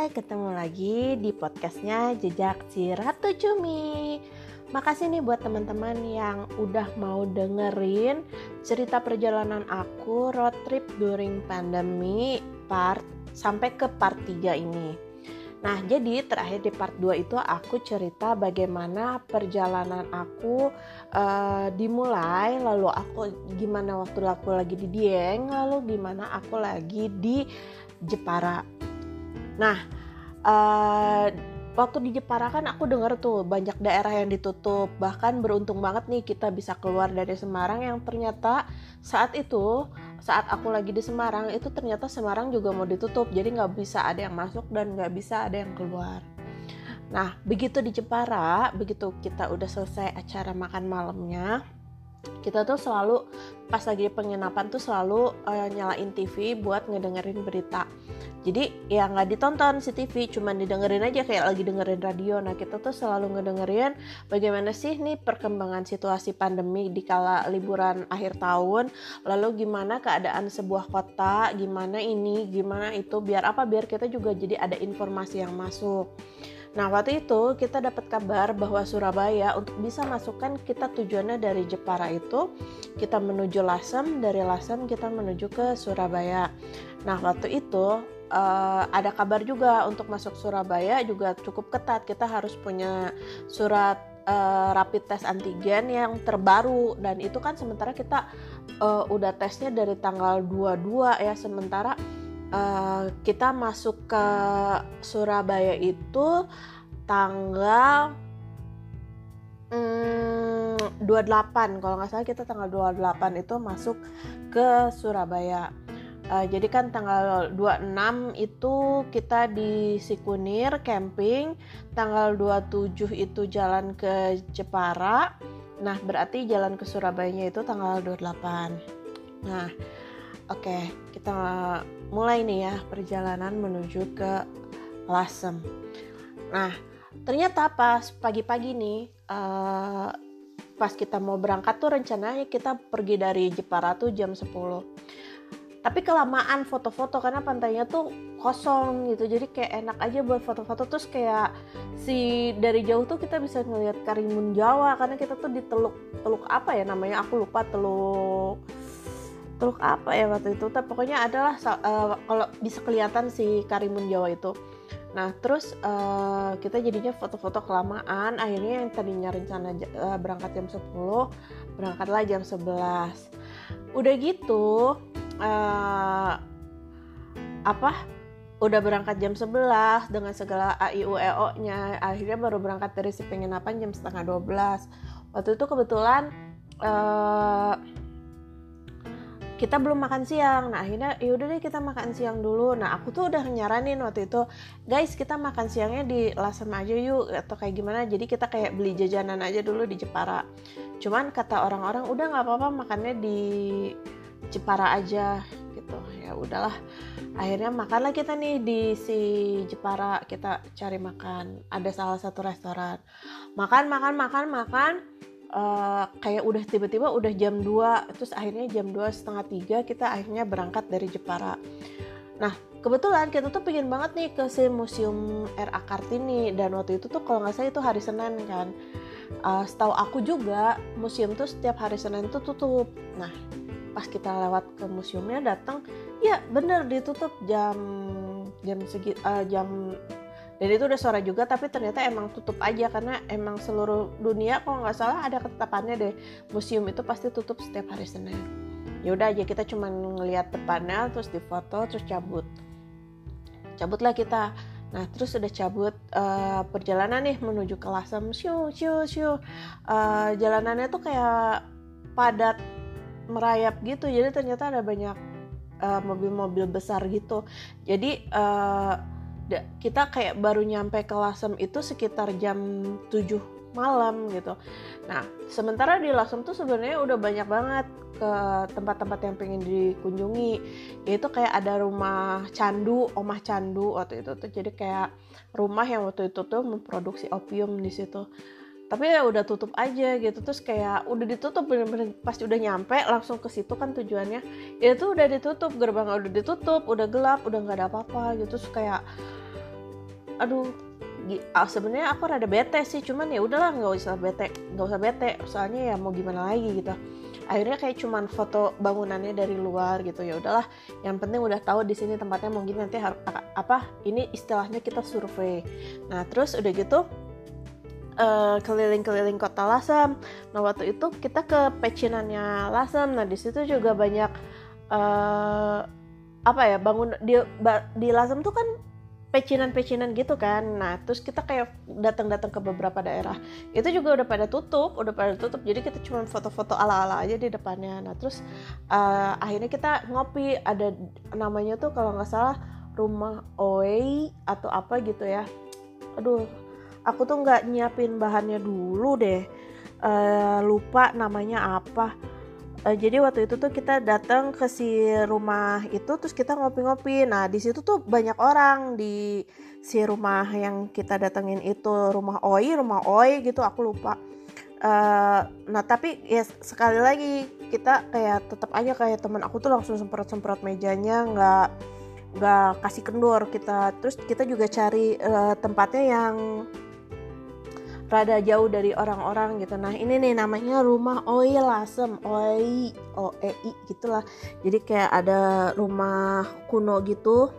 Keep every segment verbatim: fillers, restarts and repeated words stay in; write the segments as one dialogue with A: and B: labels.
A: ketemu lagi di podcastnya Jejak Si Ratu Cumi. Makasih nih buat teman-teman yang udah mau dengerin cerita perjalanan aku road trip during pandemi part sampai ke part tiga ini. Nah, jadi terakhir di part dua itu aku cerita bagaimana perjalanan aku uh, dimulai, lalu aku gimana waktu aku lagi di Dieng, lalu gimana aku lagi di Jepara. Nah, uh, waktu di Jepara kan aku dengar tuh banyak daerah yang ditutup. Bahkan beruntung banget nih kita bisa keluar dari Semarang yang ternyata saat itu, saat aku lagi di Semarang itu ternyata Semarang juga mau ditutup. Jadi gak bisa ada yang masuk dan gak bisa ada yang keluar. Nah, begitu di Jepara, begitu kita udah selesai acara makan malamnya, kita tuh selalu pas lagi penginapan tuh selalu uh, nyalain T V buat ngedengerin berita. Jadi ya nggak ditonton si T V, cuman didengerin aja kayak lagi dengerin radio. Nah, kita tuh selalu ngedengerin bagaimana sih nih perkembangan situasi pandemi di kala liburan akhir tahun, lalu gimana keadaan sebuah kota, gimana ini, gimana itu, biar apa, biar kita juga jadi ada informasi yang masuk. Nah, waktu itu kita dapat kabar bahwa Surabaya untuk bisa masukkan kita tujuannya dari Jepara itu kita menuju Lasem, dari Lasem kita menuju ke Surabaya. Nah, waktu itu Uh, ada kabar juga untuk masuk Surabaya juga cukup ketat. Kita harus punya surat uh, rapid test antigen yang terbaru, dan itu kan sementara kita uh, udah tesnya dari tanggal dua puluh dua ya, sementara uh, kita masuk ke Surabaya itu tanggal hmm, dua puluh delapan, kalau nggak salah kita tanggal dua puluh delapan itu masuk ke Surabaya. Uh, jadi kan tanggal dua puluh enam itu kita di Sikunir camping, tanggal dua puluh tujuh itu jalan ke Jepara. Nah, berarti jalan ke Surabayanya itu tanggal dua puluh delapan. Nah, oke, okay, kita mulai nih ya perjalanan menuju ke Lasem. Nah, ternyata pas pagi-pagi nih uh, pas kita mau berangkat tuh rencananya kita pergi dari Jepara tuh jam sepuluh. Tapi kelamaan foto-foto karena pantainya tuh kosong gitu, jadi kayak enak aja buat foto-foto. Terus kayak si dari jauh tuh kita bisa ngelihat Karimun Jawa karena kita tuh di teluk teluk apa ya namanya, aku lupa, teluk teluk apa ya waktu itu. Tapi pokoknya adalah uh, kalau bisa kelihatan si Karimun Jawa itu. Nah, terus uh, kita jadinya foto-foto kelamaan. Akhirnya yang tadinya rencana uh, berangkat jam sepuluh berangkatlah jam sebelas. Udah gitu Uh, apa udah berangkat jam sebelas dengan segala A I U E O nya, akhirnya baru berangkat dari si penginapan jam setengah dua belas. Waktu itu kebetulan uh, kita belum makan siang. Nah, akhirnya yaudah deh kita makan siang dulu. Nah, aku tuh udah nyaranin waktu itu, guys kita makan siangnya di Lasem aja yuk atau kayak gimana. Jadi kita kayak beli jajanan aja dulu di Jepara. Cuman kata orang-orang udah nggak apa-apa makannya di Jepara aja gitu. Ya udahlah, akhirnya makanlah kita nih di si Jepara. Kita cari makan, ada salah satu restoran, makan makan makan makan uh, kayak udah tiba-tiba udah jam dua. Terus akhirnya jam dua setengah tiga kita akhirnya berangkat dari Jepara. Nah, kebetulan kita tuh pengen banget nih ke si Museum R A Kartini, dan waktu itu tuh kalau nggak salah itu hari Senin kan. Uh, setahu aku juga museum tuh setiap hari Senin tuh tutup. Nah, pas kita lewat ke museumnya datang, ya bener ditutup jam jam segi uh, jam dan itu udah sore juga, tapi ternyata emang tutup aja karena emang seluruh dunia kalau nggak salah ada ketetapannya deh, museum itu pasti tutup setiap hari Senin. Ya udah aja kita cuma ngelihat depannya terus difoto terus cabut cabutlah kita. Nah, terus udah cabut uh, perjalanan nih menuju ke Lasem. Syu syu syu uh, jalanannya tuh kayak padat merayap gitu, jadi ternyata ada banyak uh, mobil-mobil besar gitu. Jadi uh, kita kayak baru nyampe ke Lasem itu sekitar jam tujuh malam gitu. Nah, sementara di Lasem tuh sebenarnya udah banyak banget ke tempat-tempat yang pengen dikunjungi. Yaitu kayak ada rumah candu, omah candu waktu itu tuh. Jadi kayak rumah yang waktu itu tuh memproduksi opium di situ. Tapi ya udah tutup aja gitu. Terus kayak udah ditutup, bener-bener pas udah nyampe langsung ke situ kan tujuannya. Itu udah ditutup, gerbang udah ditutup, udah gelap, udah nggak ada apa-apa gitu. Terus kayak aduh ah, sebenarnya aku rada bete sih, cuman ya udahlah nggak usah bete nggak usah bete soalnya ya mau gimana lagi gitu. Akhirnya kayak cuman foto bangunannya dari luar gitu, ya udahlah yang penting udah tahu di sini tempatnya mungkin nanti apa ini istilahnya kita survei. Nah terus udah gitu Uh, keliling-keliling kota Lasem. Nah waktu itu kita ke pecinannya Lasem. Nah di situ juga banyak uh, apa ya bangun di di Lasem tuh kan pecinan-pecinan gitu kan. Nah terus kita kayak datang-datang ke beberapa daerah itu juga udah pada tutup, udah pada tutup. Jadi kita cuma foto-foto ala-ala aja di depannya. Nah terus uh, akhirnya kita ngopi, ada namanya tuh kalau nggak salah Rumah Oi atau apa gitu ya. Aduh. Aku tuh nggak nyiapin bahannya dulu deh, uh, lupa namanya apa. Uh, jadi waktu itu tuh kita datang ke si rumah itu, terus kita ngopi-ngopi. Nah di situ tuh banyak orang di si rumah yang kita datengin itu, rumah Oi, rumah Oi gitu, aku lupa. Uh, nah tapi ya sekali lagi kita kayak tetap aja kayak teman aku tuh langsung semprot-semprot mejanya, nggak nggak kasih kendor kita. Terus kita juga cari uh, tempatnya yang rada jauh dari orang-orang gitu. Nah ini nih namanya Rumah Oi Lasem, Oi O E I gitulah. Jadi kayak ada rumah kuno gitu,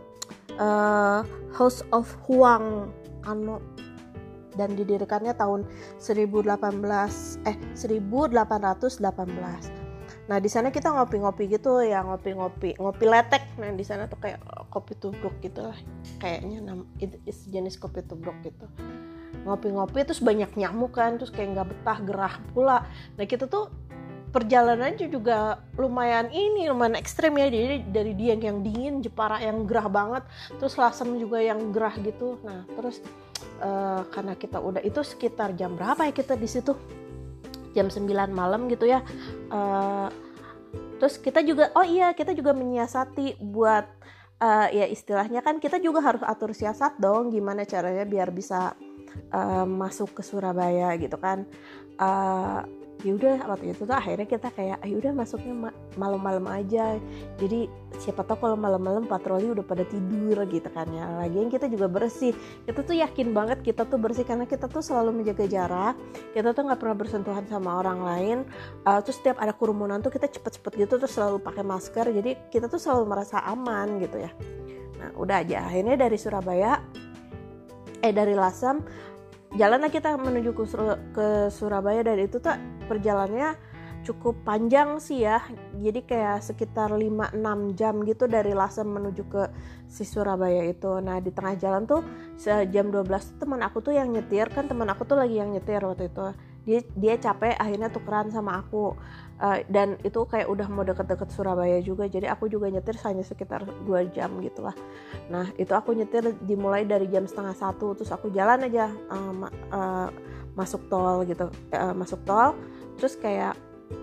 A: uh, House of Huang Ano, dan didirikannya tahun seribu delapan belas eh seribu delapan ratus delapan belas. Nah di sana kita ngopi-ngopi gitu ya, ngopi-ngopi ngopi letek. Nah di sana tuh kayak kopi tubruk gitulah kayaknya, nam itu jenis kopi tubruk gitu. Ngopi-ngopi terus banyak nyamuk kan, terus kayak nggak betah, gerah pula. Nah kita tuh perjalanannya juga lumayan ini lumayan ekstrem ya, jadi dari Dieng yang dingin, Jepara yang gerah banget, terus Lasem juga yang gerah gitu. Nah terus uh, karena kita udah itu sekitar jam berapa ya kita di situ, jam sembilan malam gitu ya. Uh, terus kita juga oh iya kita juga menyiasati buat uh, ya istilahnya kan kita juga harus atur siasat dong, gimana caranya biar bisa Uh, masuk ke Surabaya gitu kan. Uh, ya udah waktu itu tuh akhirnya kita kayak ayo udah masuknya ma- malam-malam aja. Jadi siapa tahu kalau malam-malam patroli udah pada tidur gitu kan ya. Lagian kita juga bersih. Kita tuh yakin banget kita tuh bersih karena kita tuh selalu menjaga jarak. Kita tuh nggak pernah bersentuhan sama orang lain. Uh, terus setiap ada kerumunan tuh kita cepet-cepet gitu terus selalu pakai masker. Jadi kita tuh selalu merasa aman gitu ya. Nah udah aja akhirnya dari Surabaya eh dari Lasem jalanlah kita menuju ke, Sur- ke Surabaya. Dan itu tuh perjalanannya cukup panjang sih ya, jadi kayak sekitar lima enam jam gitu dari Lasem menuju ke si Surabaya itu. Nah di tengah jalan tuh jam dua belas teman aku tuh yang nyetir, kan teman aku tuh lagi yang nyetir waktu itu, dia dia capek akhirnya tukeran sama aku. Uh, dan itu kayak udah mau deket-deket Surabaya juga, jadi aku juga nyetir hanya sekitar dua jam gitulah. Nah itu aku nyetir dimulai dari jam setengah satu, terus aku jalan aja uh, ma- uh, masuk tol gitu, uh, masuk tol, terus kayak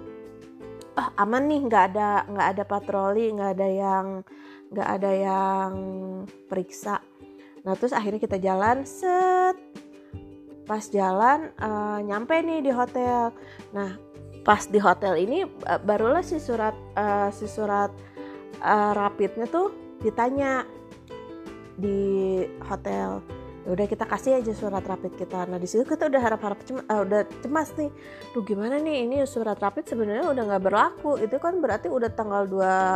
A: ah aman nih, nggak ada nggak ada patroli, nggak ada yang nggak ada yang periksa. Nah terus akhirnya kita jalan set, pas jalan uh, nyampe nih di hotel. Nah pas di hotel ini uh, barulah si surat uh, si surat uh, rapidnya tuh ditanya di hotel. Ya udah kita kasih aja surat rapid kita. Nah di situ kita udah harap-harap cema, uh, udah cemas nih. Duh gimana nih, ini surat rapid sebenarnya udah nggak berlaku. Itu kan berarti udah tanggal dua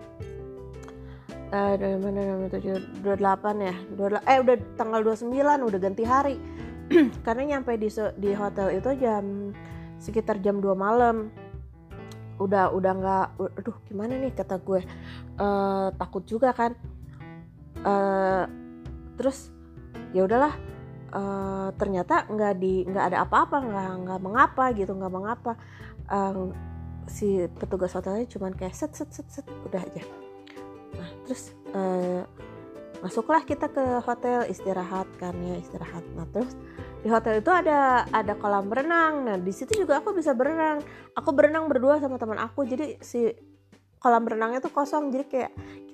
A: uh, dari mana namanya tujuh dua puluh delapan ya. dua, eh udah tanggal dua puluh sembilan, udah ganti hari. Karena nyampe di di hotel itu jam sekitar jam dua malam. Udah udah nggak, aduh gimana nih kata gue, uh, takut juga kan. Uh, terus ya udahlah, uh, ternyata nggak di nggak ada apa-apa, nggak nggak mengapa gitu, nggak mengapa. Uh, si petugas hotelnya cuman kayak set set set set udah aja. Nah terus uh, masuklah kita ke hotel, istirahat kan ya istirahat. Nah terus di hotel itu ada ada kolam berenang. Nah di situ juga aku bisa berenang. Aku berenang berdua sama teman aku. Jadi si kolam renangnya tuh kosong. Jadi kayak kita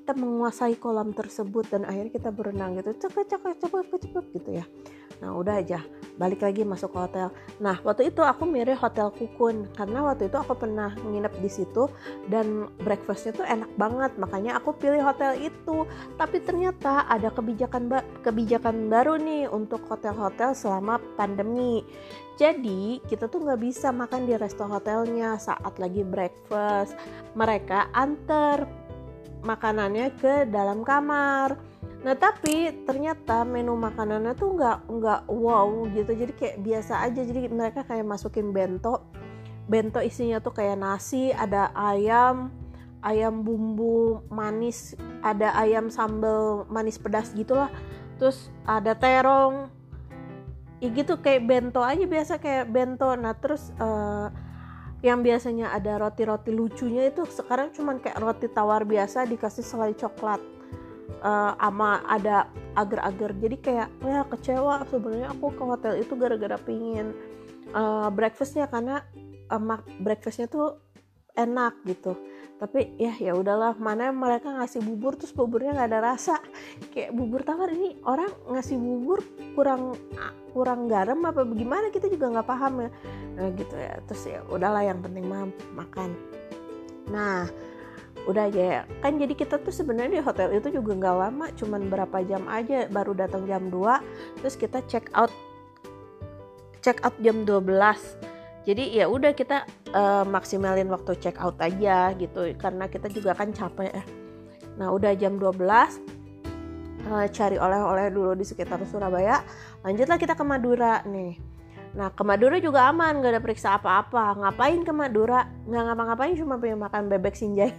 A: kita menguasai kolam tersebut dan akhirnya kita berenang gitu, cepet cepet cepet cepet gitu ya. Nah udah aja, balik lagi masuk ke hotel. Nah waktu itu aku milih Hotel Cocoon karena waktu itu aku pernah nginep di situ dan breakfastnya tuh enak banget, makanya aku pilih hotel itu. Tapi ternyata ada kebijakan ba- kebijakan baru nih untuk hotel-hotel selama pandemi. Jadi kita tuh nggak bisa makan di resto hotelnya saat lagi breakfast. Mereka antar makanannya ke dalam kamar. Nah tapi ternyata menu makanannya tuh nggak nggak wow gitu, jadi kayak biasa aja. Jadi mereka kayak masukin bento, bento isinya tuh kayak nasi, ada ayam, ayam bumbu manis, ada ayam sambal manis pedas gitulah, terus ada terong, ya gitu kayak bento aja biasa kayak bento. Nah terus uh, yang biasanya ada roti-roti lucunya itu sekarang cuman kayak roti tawar biasa dikasih selai coklat. Uh, ama ada agar-agar, jadi kayak ya kecewa sebenarnya aku ke hotel itu gara-gara pingin uh, breakfastnya karena uh, breakfastnya tuh enak gitu. Tapi ya ya udahlah, mana mereka ngasih bubur terus buburnya nggak ada rasa, kayak bubur tawar ini orang ngasih bubur kurang kurang garam apa bagaimana, kita juga nggak paham ya. Nah gitu ya, terus ya udahlah yang penting mah makan. Nah udah aja ya kan, jadi kita tuh sebenarnya di hotel itu juga nggak lama, cuman berapa jam aja, baru datang jam dua, terus kita check out check out jam dua belas. Jadi ya udah kita uh, maksimalin waktu check out aja gitu karena kita juga kan capek ya. Nah udah jam dua belas uh, cari oleh-oleh dulu di sekitar Surabaya, lanjutlah kita ke Madura nih. Nah ke Madura juga aman, gak ada periksa apa-apa. Ngapain ke Madura? Nggak ngapa-ngapain, cuma pengen makan bebek sinjai.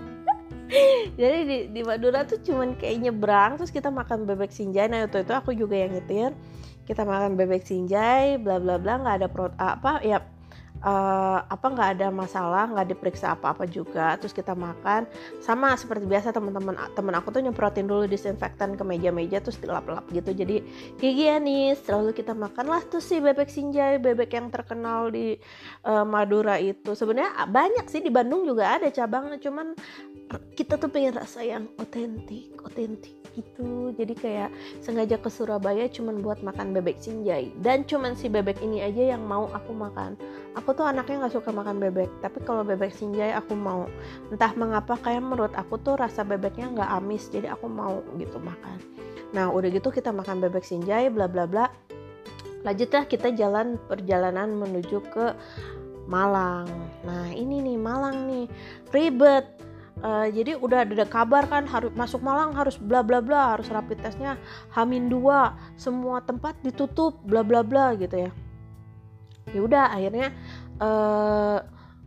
A: Jadi di, di Madura tuh cuman kayak nyebrang terus kita makan bebek sinjai. Nah itu itu aku juga yang nyetir. Kita makan bebek sinjai, bla bla bla, nggak ada pro, apa ya uh, apa nggak ada masalah, nggak diperiksa apa-apa juga. Terus kita makan sama seperti biasa, teman-teman teman aku tuh nyemprotin dulu disinfektan ke meja-meja terus dilap-lap gitu. Jadi higienis. Lalu kita makanlah tuh si bebek sinjai, bebek yang terkenal di uh, Madura itu. Sebenarnya banyak sih, di Bandung juga ada cabangnya, cuman kita tuh pengen rasa yang otentik, otentik gitu. Jadi kayak sengaja ke Surabaya cuman buat makan bebek sinjai. Dan cuman si bebek ini aja yang mau aku makan. Aku tuh anaknya gak suka makan bebek, tapi kalau bebek sinjai aku mau. Entah mengapa kayak menurut aku tuh rasa bebeknya gak amis, jadi aku mau gitu makan. Nah udah gitu kita makan bebek sinjai, bla bla bla. Lanjutlah kita jalan perjalanan menuju ke Malang. Nah ini nih Malang nih ribet. Uh, jadi udah ada kabar kan harus masuk Malang harus bla bla bla, harus rapid testnya hamin dua, semua tempat ditutup bla bla bla gitu ya. Ya udah akhirnya uh,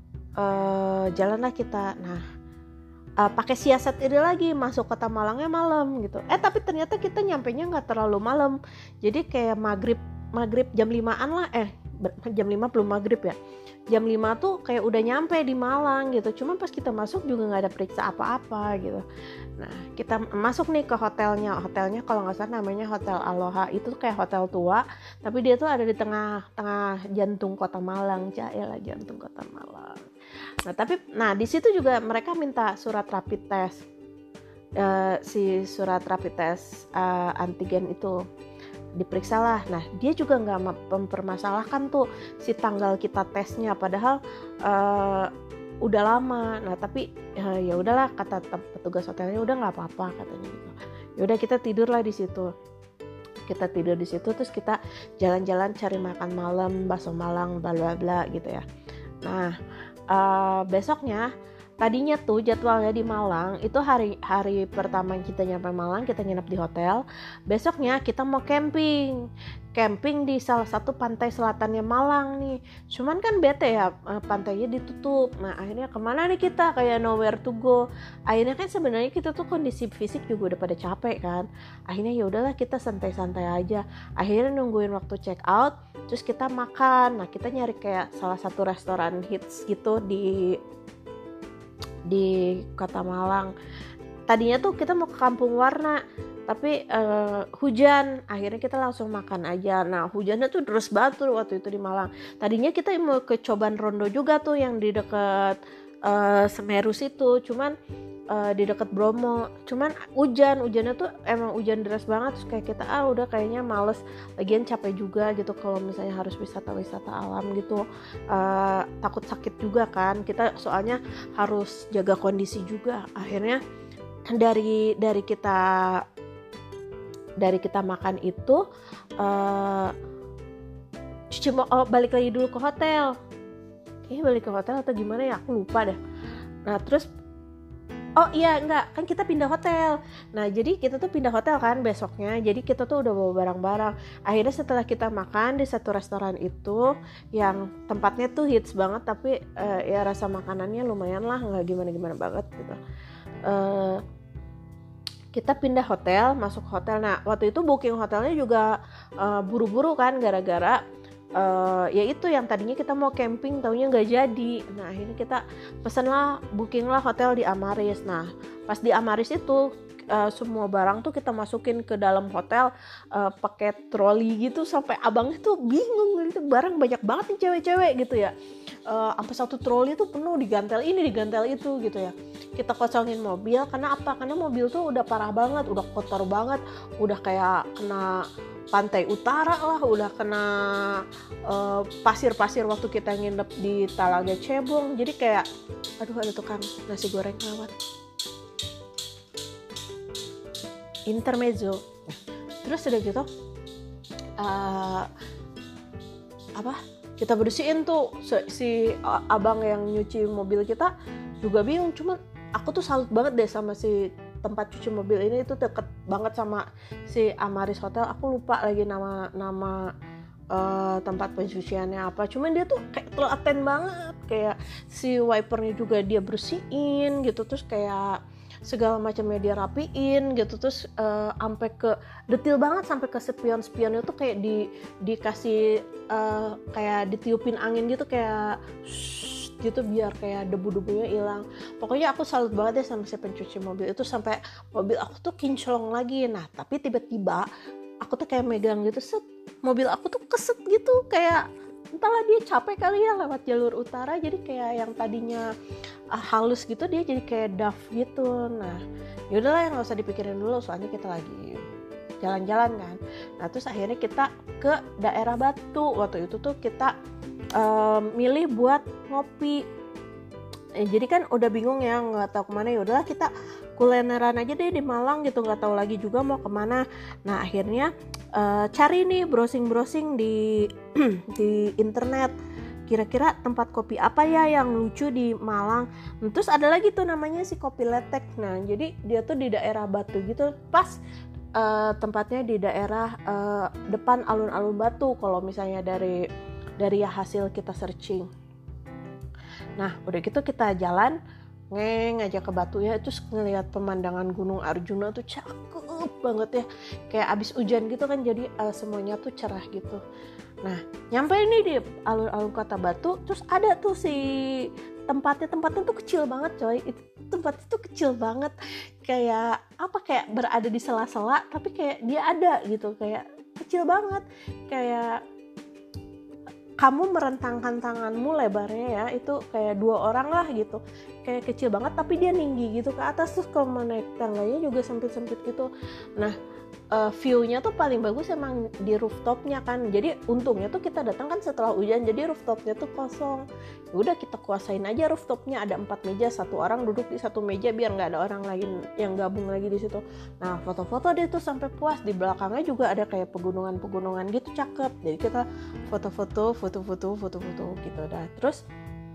A: uh, jalanlah kita. Nah uh, pakai siasat ini lagi, masuk kota Malangnya malam gitu. Eh tapi ternyata kita nyampenya nggak terlalu malam, jadi kayak maghrib maghrib jam limaan lah, eh jam lima belum maghrib ya. Jam lima tuh kayak udah nyampe di Malang gitu. Cuma pas kita masuk juga gak ada periksa apa-apa gitu. Nah kita masuk nih ke hotelnya. Hotelnya kalau gak salah namanya Hotel Aloha. Itu kayak hotel tua, tapi dia tuh ada di tengah-tengah jantung kota Malang. Jaelah jantung kota Malang. Nah tapi nah di situ juga mereka minta surat rapid test. Uh, si surat rapid test uh, antigen itu diperiksa lah. Nah dia juga nggak mempermasalahkan tuh si tanggal kita tesnya, padahal uh, udah lama. Nah tapi uh, ya udahlah kata petugas hotelnya, udah nggak apa-apa katanya gitu. Ya udah kita tidur lah di situ. Kita tidur di situ terus kita jalan-jalan cari makan malam, bakso Malang, bla bla bla gitu ya. Nah uh, besoknya tadinya tuh jadwalnya di Malang itu hari hari pertama kita nyampe Malang kita nginep di hotel. Besoknya kita mau camping. Camping di salah satu pantai selatannya Malang nih. Cuman kan bete ya, pantainya ditutup. Nah, akhirnya kemana nih kita? Kayak nowhere to go. Akhirnya kan sebenarnya kita tuh kondisi fisik juga udah pada capek kan. Akhirnya ya udahlah kita santai-santai aja. Akhirnya nungguin waktu check out, terus kita makan. Nah, kita nyari kayak salah satu restoran hits gitu di di kota Malang. Tadinya tuh kita mau ke Kampung Warna, tapi uh, hujan. Akhirnya kita langsung makan aja. Nah hujannya tuh deras banget tuh waktu itu di Malang. Tadinya kita mau ke Coban Rondo juga tuh yang di dekat uh, Semeru situ, cuman uh, di dekat Bromo. Cuman hujan, hujannya tuh emang hujan deras banget. Terus kayak kita ah udah kayaknya males. Lagian capek juga gitu kalau misalnya harus wisata-wisata alam gitu. Uh, takut sakit juga kan. Kita soalnya harus jaga kondisi juga. Akhirnya dari dari kita dari kita makan itu uh, cuci oh, balik lagi dulu ke hotel. Kayaknya balik ke hotel atau gimana ya, aku lupa dah. Nah terus oh iya enggak, kan kita pindah hotel. Nah jadi kita tuh pindah hotel kan besoknya. Jadi kita tuh udah bawa barang-barang. Akhirnya setelah kita makan di satu restoran itu, yang tempatnya tuh hits banget, tapi uh, ya rasa makanannya lumayan lah, nggak gimana-gimana banget gitu. Uh, kita pindah hotel, masuk hotel. Nah waktu itu booking hotelnya juga uh, buru-buru kan, gara-gara Uh, ya itu yang tadinya kita mau camping taunya nggak jadi. Nah akhirnya kita pesen lah, booking lah hotel di Amaris. Nah pas di Amaris itu uh, semua barang tuh kita masukin ke dalam hotel uh, pakai troli gitu, sampai abangnya tuh bingung gitu, barang banyak banget nih cewek-cewek gitu ya. Uh, sampai satu troli tuh penuh, digantel ini digantel itu gitu ya. Kita kosongin mobil karena apa? Karena mobil tuh udah parah banget, udah kotor banget, udah kayak kena pantai utara lah, udah kena uh, pasir-pasir waktu kita nginep di Talaga Cebong. Jadi kayak aduh ada tukang nasi goreng lewat. Intermezzo. Terus udah gitu uh, apa kita bersihin tuh si abang yang nyuci mobil kita juga bingung. Cuman aku tuh salut banget deh sama si tempat cuci mobil ini, itu deket banget sama si Amaris Hotel. Aku lupa lagi nama nama uh, tempat pencuciannya apa. Cuman dia tuh kayak telaten banget, kayak si wipernya juga dia bersihin gitu, terus kayak segala macamnya dia rapiin gitu, terus uh, sampai ke detail banget, sampai ke spion-spionnya tuh kayak di dikasih uh, kayak ditiupin angin gitu, kayak gitu biar kayak debu-debunya hilang. Pokoknya aku salut banget deh sama si pencuci mobil itu, sampai mobil aku tuh kinclong lagi. Nah tapi tiba-tiba aku tuh kayak megang gitu, set, mobil aku tuh keset gitu, kayak entahlah dia capek kali ya lewat jalur utara, jadi kayak yang tadinya uh, halus gitu dia jadi kayak duff gitu. Nah yaudahlah, yang nggak usah dipikirin dulu, soalnya kita lagi jalan-jalan kan. Nah terus akhirnya kita ke daerah Batu. Waktu itu tuh kita um, milih buat ngopi. Eh, jadi kan udah bingung ya, nggak tahu kemana. Yaudahlah kita kulineran aja deh di Malang gitu, nggak tahu lagi juga mau kemana. Nah akhirnya uh, cari nih, browsing-browsing di di internet, kira-kira tempat kopi apa ya yang lucu di Malang. Terus ada lagi tuh namanya si Kopi Letek. Nah jadi dia tuh di daerah Batu gitu, pas uh, tempatnya di daerah uh, depan alun-alun Batu kalau misalnya dari dari hasil kita searching. Nah udah gitu kita jalan ngeng aja ke Batu ya, terus ngelihat pemandangan Gunung Arjuna tuh cakep banget ya, kayak abis hujan gitu kan, jadi uh, semuanya tuh cerah gitu. Nah nyampe ini di alun-alun kota Batu, terus ada tuh si tempatnya tempatnya tuh kecil banget coy, itu tempatnya tuh kecil banget, kayak apa, kayak berada di sela-sela tapi kayak dia ada gitu, kayak kecil banget, kayak kamu merentangkan tanganmu lebarnya ya, itu kayak dua orang lah gitu, kayak kecil banget tapi dia tinggi gitu ke atas. Terus kalau mau naik tangganya juga sempit-sempit gitu. Nah uh, view-nya tuh paling bagus emang di rooftopnya kan. Jadi untungnya tuh kita datang kan setelah hujan, jadi rooftopnya tuh kosong. Udah kita kuasain aja rooftopnya, ada empat meja, satu orang duduk di satu meja biar nggak ada orang lain yang gabung lagi di situ. Nah foto-foto dia tuh sampai puas. Di belakangnya juga ada kayak pegunungan-pegunungan gitu, cakep. Jadi kita foto-foto, foto-foto, foto-foto gitu dah. Terus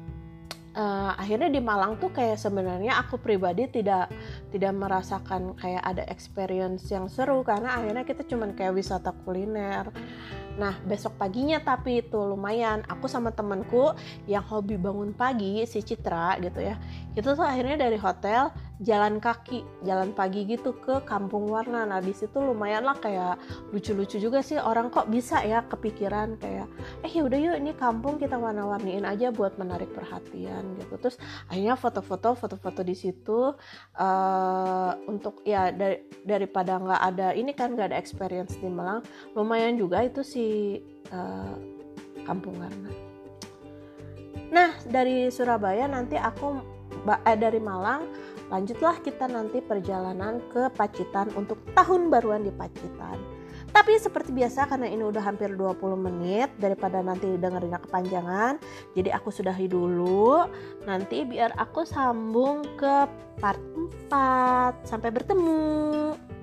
A: Uh, akhirnya di Malang tuh kayak sebenarnya aku pribadi tidak tidak merasakan kayak ada experience yang seru, karena akhirnya kita cuman kayak wisata kuliner. Nah besok paginya tapi itu lumayan, aku sama temanku yang hobi bangun pagi, si Citra gitu ya, itu tuh akhirnya dari hotel jalan kaki, jalan pagi gitu ke Kampung Warna. Nah di situ lumayan lah kayak lucu-lucu juga sih, orang kok bisa ya kepikiran kayak eh yaudah yuk ini kampung kita warna-warniin aja buat menarik perhatian gitu. Terus akhirnya foto-foto foto-foto di situ uh, untuk ya dari, daripada nggak ada ini kan, nggak ada experience di Malang, lumayan juga itu si uh, Kampung Warna. Nah dari Surabaya nanti aku eh, dari Malang lanjutlah kita nanti perjalanan ke Pacitan untuk tahun baruan di Pacitan. Tapi seperti biasa karena ini udah hampir dua puluh menit, daripada nanti dengerinnya kepanjangan, jadi aku sudahi dulu. Nanti biar aku sambung ke part empat. Sampai bertemu.